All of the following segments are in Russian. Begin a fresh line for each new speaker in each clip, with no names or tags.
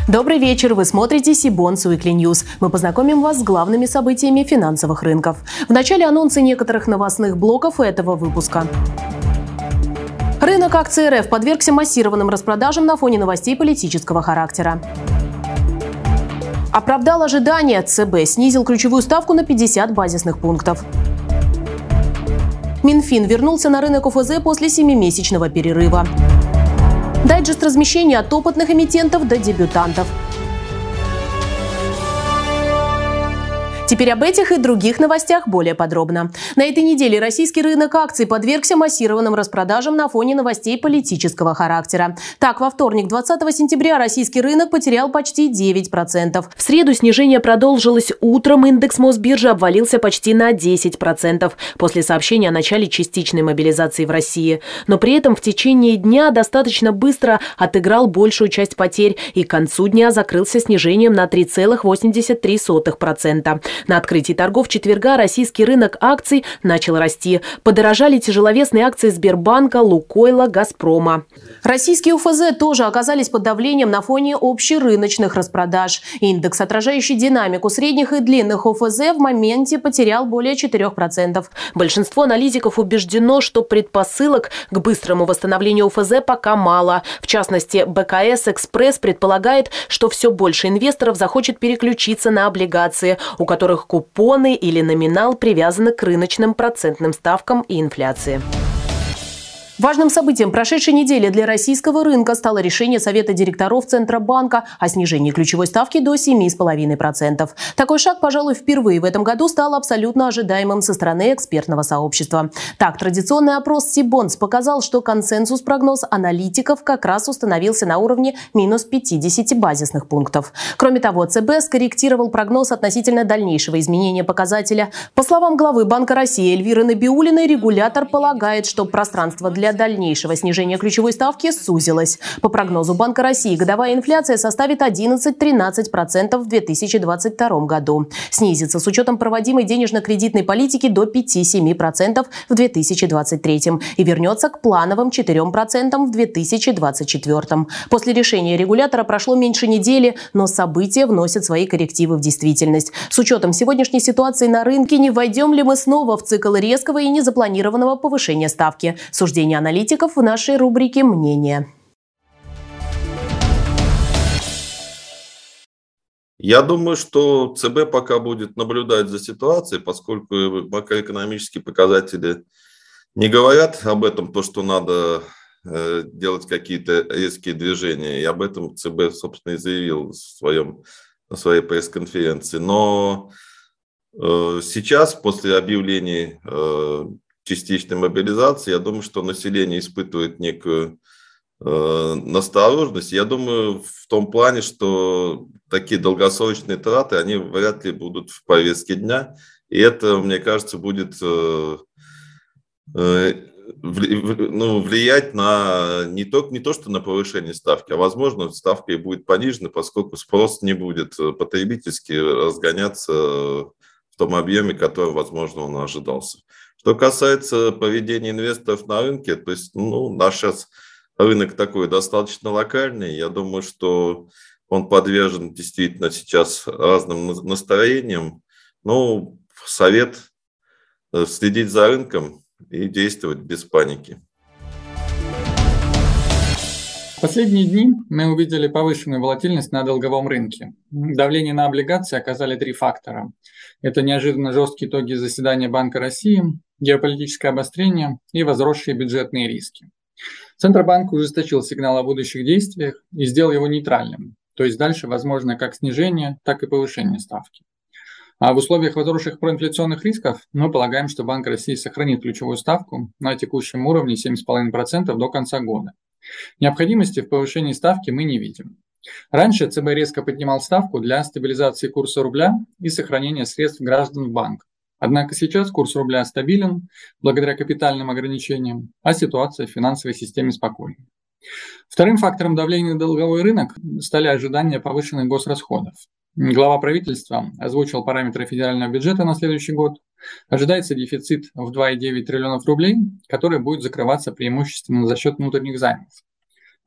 Добрый вечер, вы смотрите Сибонс Weekly News. Мы познакомим вас с главными событиями финансовых рынков. В начале анонсы некоторых новостных блоков этого выпуска. Рынок акций РФ подвергся массированным распродажам на фоне новостей политического характера. Оправдал ожидания, ЦБ снизил ключевую ставку на 50 базисных пунктов. Минфин вернулся на рынок ОФЗ после 7-месячного перерыва. Дайджест размещения от опытных эмитентов до дебютантов. Теперь об этих и других новостях более подробно. На этой неделе российский рынок акций подвергся массированным распродажам на фоне новостей политического характера. Так, во вторник, 20 сентября, российский рынок потерял почти 9%. В среду снижение продолжилось утром. Индекс Мосбиржи обвалился почти на 10% после сообщения о начале частичной мобилизации в России. Но при этом в течение дня достаточно быстро отыграл большую часть потерь и к концу дня закрылся снижением на 3,83%. На открытии торгов четверга российский рынок акций начал расти. Подорожали тяжеловесные акции Сбербанка, Лукойла, Газпрома. Российские ОФЗ тоже оказались под давлением на фоне общерыночных распродаж. Индекс, отражающий динамику средних и длинных ОФЗ, в моменте потерял более 4%. Большинство аналитиков убеждено, что предпосылок к быстрому восстановлению ОФЗ пока мало. В частности, БКС «Экспресс» предполагает, что все больше инвесторов захочет переключиться на облигации, у которых купоны или номинал привязаны к рыночным процентным ставкам и инфляции. Важным событием прошедшей недели для российского рынка стало решение Совета директоров Центробанка о снижении ключевой ставки до 7,5%. Такой шаг, пожалуй, впервые в этом году стал абсолютно ожидаемым со стороны экспертного сообщества. Так, традиционный опрос Сибонс показал, что консенсус-прогноз аналитиков как раз установился на уровне минус 50 базисных пунктов. Кроме того, ЦБ скорректировал прогноз относительно дальнейшего изменения показателя. По словам главы Банка России Эльвиры Набиуллиной, регулятор полагает, что пространство для дальнейшего снижения ключевой ставки сузилось. По прогнозу Банка России, годовая инфляция составит 11-13% в 2022 году. Снизится с учетом проводимой денежно-кредитной политики до 5-7% в 2023 и вернется к плановым 4% в 2024. После решения регулятора прошло меньше недели, но события вносят свои коррективы в действительность. С учетом сегодняшней ситуации на рынке, не войдем ли мы снова в цикл резкого и незапланированного повышения ставки? Суждение аналитиков в нашей рубрике «Мнение».
Я думаю, что ЦБ пока будет наблюдать за ситуацией, поскольку макроэкономические показатели не говорят об этом, то, что надо делать какие-то резкие движения. И об этом ЦБ, собственно, и заявил на своей пресс-конференции. Но сейчас, после объявлений частичной мобилизации, я думаю, что население испытывает некую настороженность. Я думаю, в том плане, что такие долгосрочные траты, они вряд ли будут в повестке дня. И это, мне кажется, будет влиять на не то, что на повышение ставки, а, возможно, ставка и будет понижена, поскольку спрос не будет потребительски разгоняться в том объеме, который, возможно, он ожидался. Что касается поведения инвесторов на рынке, то есть, наш сейчас рынок такой достаточно локальный. Я думаю, что он подвержен действительно сейчас разным настроениям. Совет следить за рынком и действовать без паники.
В последние дни мы увидели повышенную волатильность на долговом рынке. Давление на облигации оказали три фактора. Это неожиданно жесткие итоги заседания Банка России, геополитическое обострение и возросшие бюджетные риски. Центробанк ужесточил сигнал о будущих действиях и сделал его нейтральным, то есть дальше возможно как снижение, так и повышение ставки. А в условиях возросших проинфляционных рисков мы полагаем, что Банк России сохранит ключевую ставку на текущем уровне 7,5% до конца года. Необходимости в повышении ставки мы не видим. Раньше ЦБ резко поднимал ставку для стабилизации курса рубля и сохранения средств граждан в банк. Однако сейчас курс рубля стабилен благодаря капитальным ограничениям, а ситуация в финансовой системе спокойна. Вторым фактором давления на долговой рынок стали ожидания повышенных госрасходов. Глава правительства озвучил параметры федерального бюджета на следующий год. Ожидается дефицит в 2,9 триллионов рублей, который будет закрываться преимущественно за счет внутренних займов.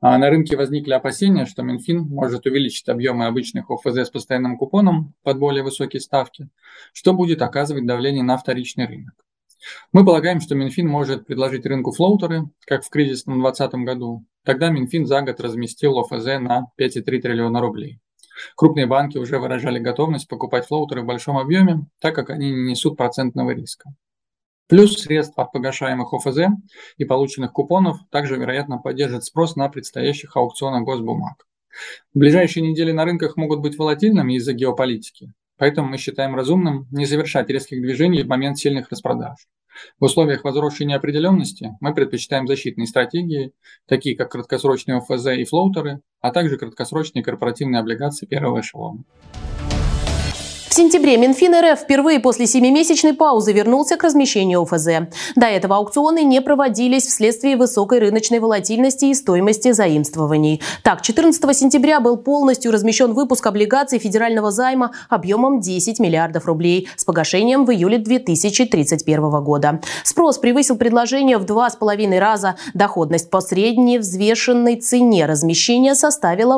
На рынке возникли опасения, что Минфин может увеличить объемы обычных ОФЗ с постоянным купоном под более высокие ставки, что будет оказывать давление на вторичный рынок. Мы полагаем, что Минфин может предложить рынку флоутеры, как в кризисном 2020 году. Тогда Минфин за год разместил ОФЗ на 5,3 триллиона рублей. Крупные банки уже выражали готовность покупать флоутеры в большом объеме, так как они не несут процентного риска. Плюс средств от погашаемых ОФЗ и полученных купонов также, вероятно, поддержит спрос на предстоящих аукционах госбумаг. В ближайшие недели на рынках могут быть волатильными из-за геополитики, поэтому мы считаем разумным не совершать резких движений в момент сильных распродаж. В условиях возросшей неопределенности мы предпочитаем защитные стратегии, такие как краткосрочные ОФЗ и флоутеры, а также краткосрочные корпоративные облигации первого эшелона.
В сентябре Минфин РФ впервые после 7-месячной паузы вернулся к размещению ОФЗ. До этого аукционы не проводились вследствие высокой рыночной волатильности и стоимости заимствований. Так, 14 сентября был полностью размещен выпуск облигаций федерального займа объемом 10 миллиардов рублей с погашением в июле 2031 года. Спрос превысил предложение в 2,5 раза. Доходность по средней взвешенной цене размещения составила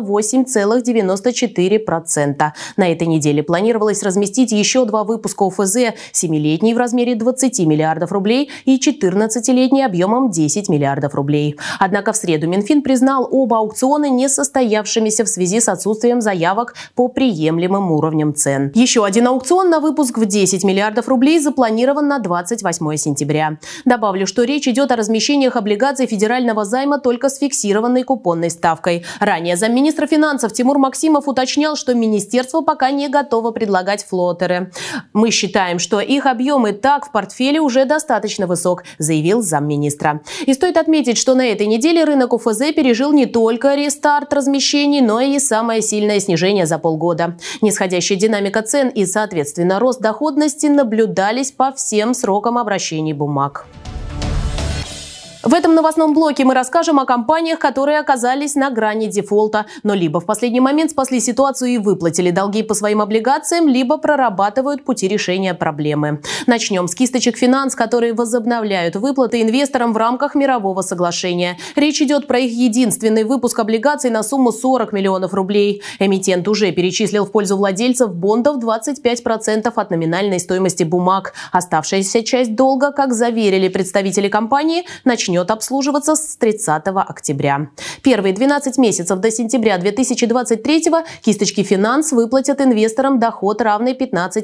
8,94%. На этой неделе планировалось разместить еще 2 выпуска ОФЗ, 7-летний в размере 20 миллиардов рублей и 14-летний объемом 10 миллиардов рублей. Однако в среду Минфин признал оба аукциона несостоявшимися в связи с отсутствием заявок по приемлемым уровням цен. Еще один аукцион на выпуск в 10 миллиардов рублей запланирован на 28 сентября. Добавлю, что речь идет о размещениях облигаций федерального займа только с фиксированной купонной ставкой. Ранее замминистра финансов Тимур Максимов уточнял, что министерство пока не готово предлагать флотеры. «Мы считаем, что их объем и так в портфеле уже достаточно высок», заявил замминистра. И стоит отметить, что на этой неделе рынок ОФЗ пережил не только рестарт размещений, но и самое сильное снижение за полгода. Нисходящая динамика цен и, соответственно, рост доходности наблюдались по всем срокам обращений бумаг. В этом новостном блоке мы расскажем о компаниях, которые оказались на грани дефолта, но либо в последний момент спасли ситуацию и выплатили долги по своим облигациям, либо прорабатывают пути решения проблемы. Начнем с кисточек «Финанс», которые возобновляют выплаты инвесторам в рамках мирового соглашения. Речь идет про их единственный выпуск облигаций на сумму 40 миллионов рублей. Эмитент уже перечислил в пользу владельцев бондов 25% от номинальной стоимости бумаг. Оставшаяся часть долга, как заверили представители компании, начнет обслуживаться с 30 октября. Первые 12 месяцев до сентября 2023-го кисточки «Финанс» выплатят инвесторам доход, равный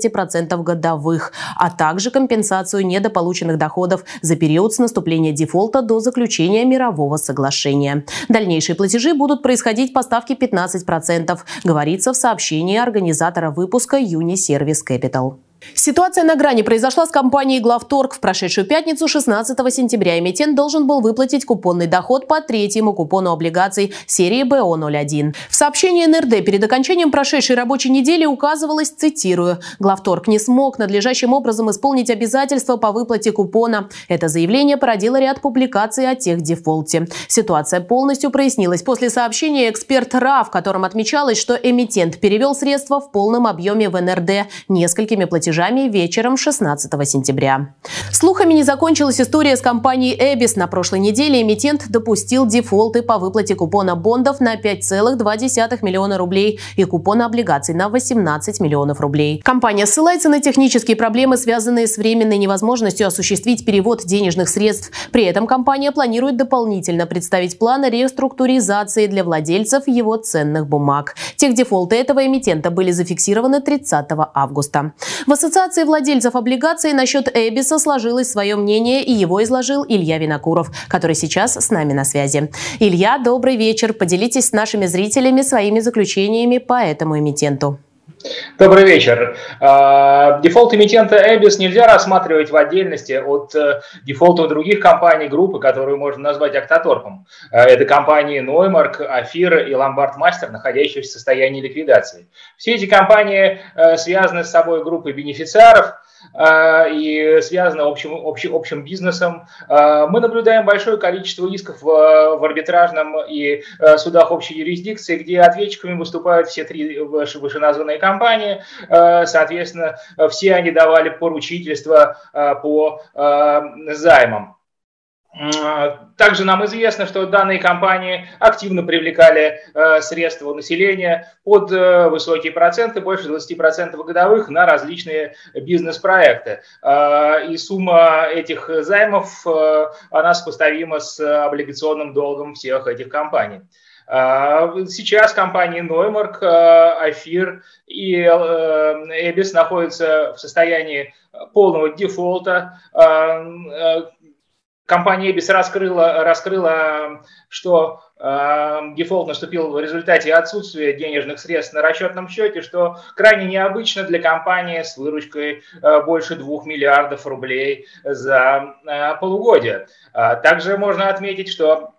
15% годовых, а также компенсацию недополученных доходов за период с наступления дефолта до заключения мирового соглашения. Дальнейшие платежи будут происходить по ставке 15%, говорится в сообщении организатора выпуска Uniservice Capital. Ситуация на грани произошла с компанией «Главторг». В прошедшую пятницу, 16 сентября, эмитент должен был выплатить купонный доход по третьему купону облигаций серии БО-01. В сообщении НРД перед окончанием прошедшей рабочей недели указывалось, цитирую, «Главторг не смог надлежащим образом исполнить обязательства по выплате купона». Это заявление породило ряд публикаций о техдефолте. Ситуация полностью прояснилась после сообщения «Эксперт РА», в котором отмечалось, что эмитент перевел средства в полном объеме в НРД несколькими платежами вечером 16 сентября. Слухами не закончилась история с компанией «Эбис». На прошлой неделе эмитент допустил дефолты по выплате купона бондов на 5,2 миллиона рублей и купона облигаций на 18 миллионов рублей. Компания ссылается на технические проблемы, связанные с временной невозможностью осуществить перевод денежных средств. При этом компания планирует дополнительно представить план реструктуризации для владельцев его ценных бумаг. Техдефолты этого эмитента были зафиксированы 30 августа. В Ассоциации владельцев облигаций насчет Эбиса сложилось свое мнение, и его изложил Илья Винокуров, который сейчас с нами на связи. Илья, добрый вечер. Поделитесь с нашими зрителями своими заключениями по этому эмитенту.
Добрый вечер. Дефолт эмитента Эбис нельзя рассматривать в отдельности от дефолтов других компаний группы, которые можно назвать Актоторпом. Это компании Ноймарк, Афира и Ломбард Мастер, находящиеся в состоянии ликвидации. Все эти компании связаны с собой группой бенефициаров и связаны общим бизнесом. Мы наблюдаем большое количество исков в арбитражном и судах общей юрисдикции, где ответчиками выступают все три вышеназванные компании. Соответственно, все они давали поручительство по займам. Также нам известно, что данные компании активно привлекали средства населения под высокие проценты, больше 20% годовых, на различные бизнес-проекты. И сумма этих займов, она сопоставима с облигационным долгом всех этих компаний. Сейчас компании Neumark, Афир и Эбис находятся в состоянии полного дефолта. Компания Эбис раскрыла, что дефолт наступил в результате отсутствия денежных средств на расчетном счете, что крайне необычно для компании с выручкой больше 2 миллиардов рублей за полугодие. Также можно отметить, что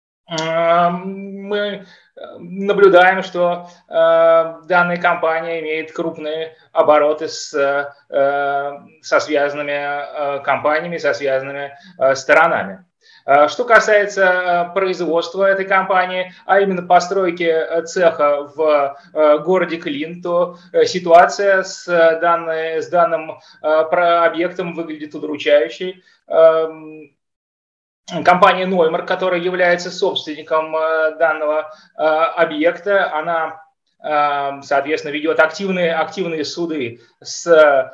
мы наблюдаем, что данная компания имеет крупные обороты со связанными компаниями, со связанными сторонами. Что касается производства этой компании, а именно постройки цеха в городе Клин, то ситуация с данным объектом выглядит удручающей. Компания Neumark, которая является собственником данного объекта, она, соответственно, ведет активные суды с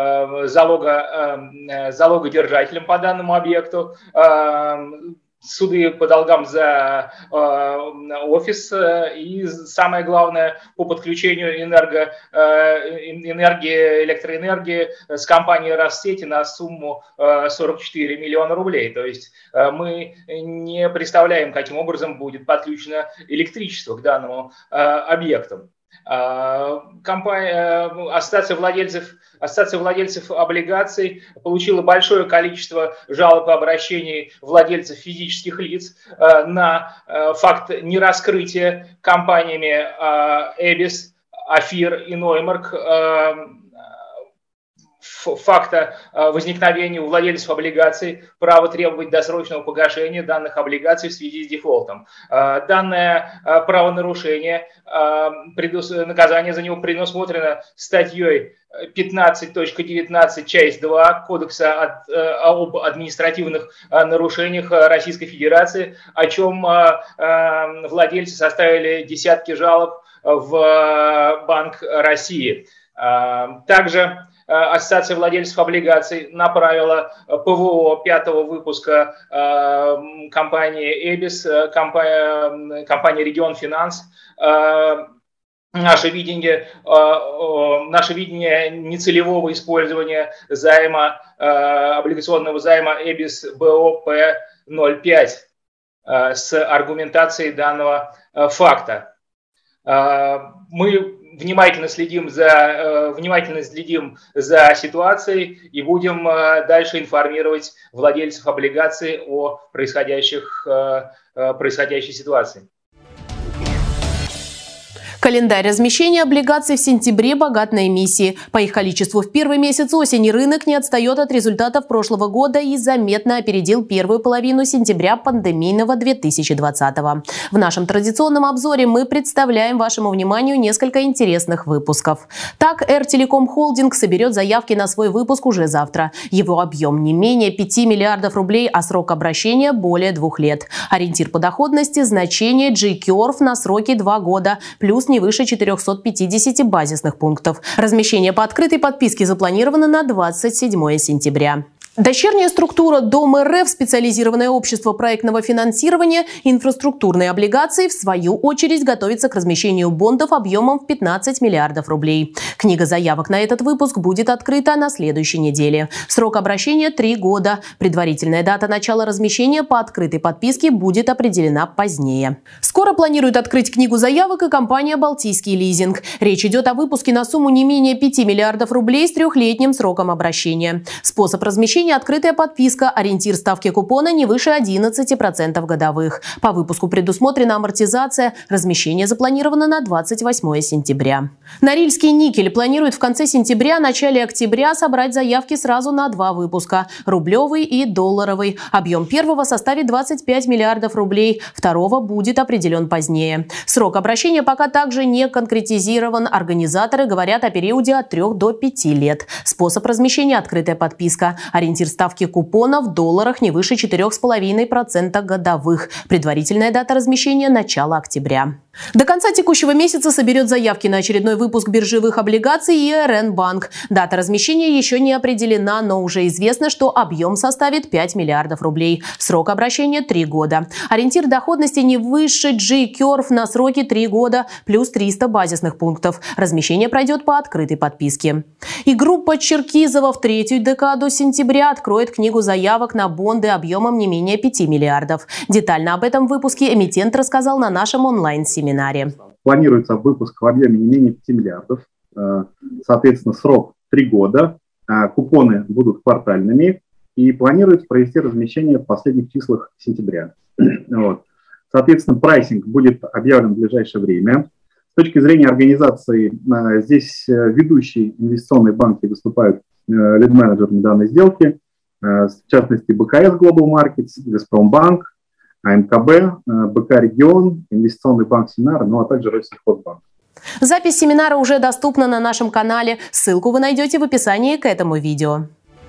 залогодержателем по данному объекту, суды по долгам за офис и, самое главное, по подключению электроэнергии с компанией Россети на сумму 44 миллиона рублей. То есть мы не представляем, каким образом будет подключено электричество к данному объекту. Ассоциация владельцев облигаций получила большое количество жалоб и обращений владельцев физических лиц на факт нераскрытия компаниями Эбис, Афир и Neumark факта возникновения у владельцев облигаций права требовать досрочного погашения данных облигаций в связи с дефолтом. Данное правонарушение, наказание за него предусмотрено статьей 15.19, часть 2 Кодекса об административных нарушениях Российской Федерации, о чем владельцы составили десятки жалоб в Банк России. Также Ассоциация владельцев облигаций направила ПВО 5-го выпуска компании Эбис, компании Регион Финанс. Наше видение нецелевого использования займа, облигационного займа Эбис БОП-05 с аргументацией данного факта. Мы внимательно следим за ситуацией и будем дальше информировать владельцев облигаций о происходящей ситуации.
Календарь размещения облигаций в сентябре богат на эмиссии. По их количеству в первый месяц осени рынок не отстает от результатов прошлого года и заметно опередил первую половину сентября пандемийного 2020-го. В нашем традиционном обзоре мы представляем вашему вниманию несколько интересных выпусков. Так, Эр-Телеком Холдинг соберет заявки на свой выпуск уже завтра. Его объем не менее 5 миллиардов рублей, а срок обращения более 2 лет. Ориентир по доходности – значение J-Curve на сроки 2 года, плюс не выше 450 базисных пунктов. Размещение по открытой подписке запланировано на 27 сентября. Дочерняя структура Дом РФ, специализированное общество проектного финансирования, инфраструктурные облигации, в свою очередь, готовится к размещению бондов объемом в 15 миллиардов рублей. Книга заявок на этот выпуск будет открыта на следующей неделе. Срок обращения – 3 года. Предварительная дата начала размещения по открытой подписке будет определена позднее. Скоро планирует открыть книгу заявок и компания «Балтийский лизинг». Речь идет о выпуске на сумму не менее 5 миллиардов рублей с 3-летним сроком обращения. Способ размещения – открытая подписка, ориентир ставки купона не выше 11% годовых. По выпуску предусмотрена амортизация, размещение запланировано на 28 сентября. Норильский никель планирует в конце сентября, начале октября собрать заявки сразу на 2 выпуска – рублевый и долларовый. Объем первого составит 25 миллиардов рублей, второго будет определен позднее. Срок обращения пока также не конкретизирован. Организаторы говорят о периоде от 3 до 5 лет. Способ размещения – открытая подписка. Ориентир Ориентир ставки купона в долларах не выше 4,5% годовых. Предварительная дата размещения – начало октября. До конца текущего месяца соберет заявки на очередной выпуск биржевых облигаций ИРН Банк. Дата размещения еще не определена, но уже известно, что объем составит 5 миллиардов рублей. Срок обращения – 3 года. Ориентир доходности не выше G-Curve на сроки 3 года плюс 300 базисных пунктов. Размещение пройдет по открытой подписке. И группа Черкизова в третью декаду сентября откроет книгу заявок на бонды объемом не менее 5 миллиардов. Детально об этом в выпуске эмитент рассказал на нашем онлайн-семинаре.
Планируется выпуск в объеме не менее 5 миллиардов. Соответственно, срок 3 года. Купоны будут квартальными. И планируется провести размещение в последних числах сентября. Вот. Соответственно, прайсинг будет объявлен в ближайшее время. С точки зрения организации, здесь ведущие инвестиционные банки выступают лид-менеджерами данной сделки. В частности, БКС Global Markets, Газпромбанк, АМКБ, БК Регион, Инвестиционный банк Синара, ну а также Россельхозбанк.
Запись семинара уже доступна на нашем канале. Ссылку вы найдете в описании к этому видео.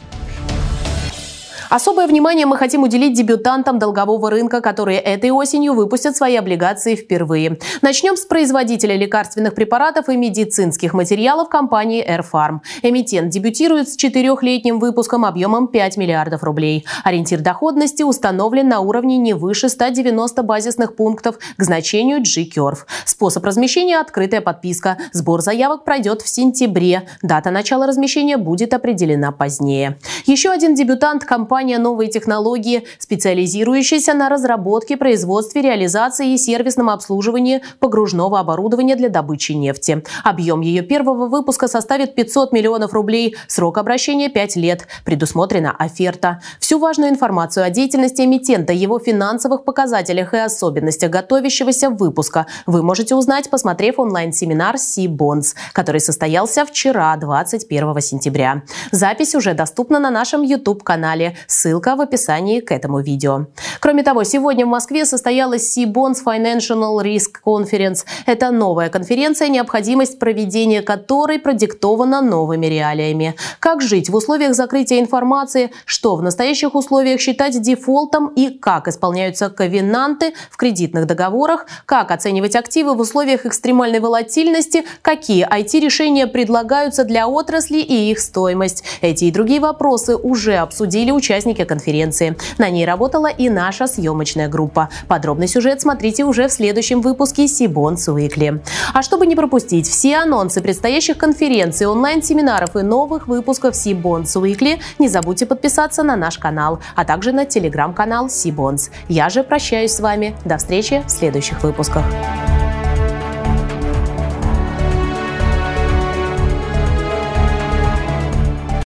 Особое внимание мы хотим уделить дебютантам долгового рынка, которые этой осенью выпустят свои облигации впервые. Начнем с производителя лекарственных препаратов и медицинских материалов компании Airfarm. Эмитент дебютирует с 4-летним выпуском объемом 5 миллиардов рублей. Ориентир доходности установлен на уровне не выше 190 базисных пунктов к значению G-Curve. Способ размещения – открытая подписка. Сбор заявок пройдет в сентябре. Дата начала размещения будет определена позднее. Еще один дебютант – компания «Новые технологии», специализирующаяся на разработке, производстве, реализации и сервисном обслуживании погружного оборудования для добычи нефти. Объем ее первого выпуска составит 500 миллионов рублей. Срок обращения – 5 лет. Предусмотрена оферта. Всю важную информацию о деятельности эмитента, его финансовых показателях и особенностях готовящегося выпуска вы можете узнать, посмотрев онлайн-семинар C-Bonds, который состоялся вчера, 21 сентября. Запись уже доступна на нашем YouTube-канале. Ссылка в описании к этому видео. Кроме того, сегодня в Москве состоялась C-Bonds Financial Risk Conference. Это новая конференция, необходимость проведения которой продиктована новыми реалиями. Как жить в условиях закрытия информации, что в настоящих условиях считать дефолтом и как исполняются ковенанты в кредитных договорах, как оценивать активы в условиях экстремальной волатильности, какие IT-решения предлагаются для отрасли и их стоимость. Эти и другие вопросы уже обсудили участники конференции. На ней работала и наша съемочная группа. Подробный сюжет смотрите уже в следующем выпуске C-Bonds Weekly. А чтобы не пропустить все анонсы предстоящих конференций, онлайн-семинаров и новых выпусков C-Bonds Weekly, не забудьте подписаться на наш канал, а также на телеграм-канал C-Bonds. Я же прощаюсь с вами. До встречи в следующих выпусках.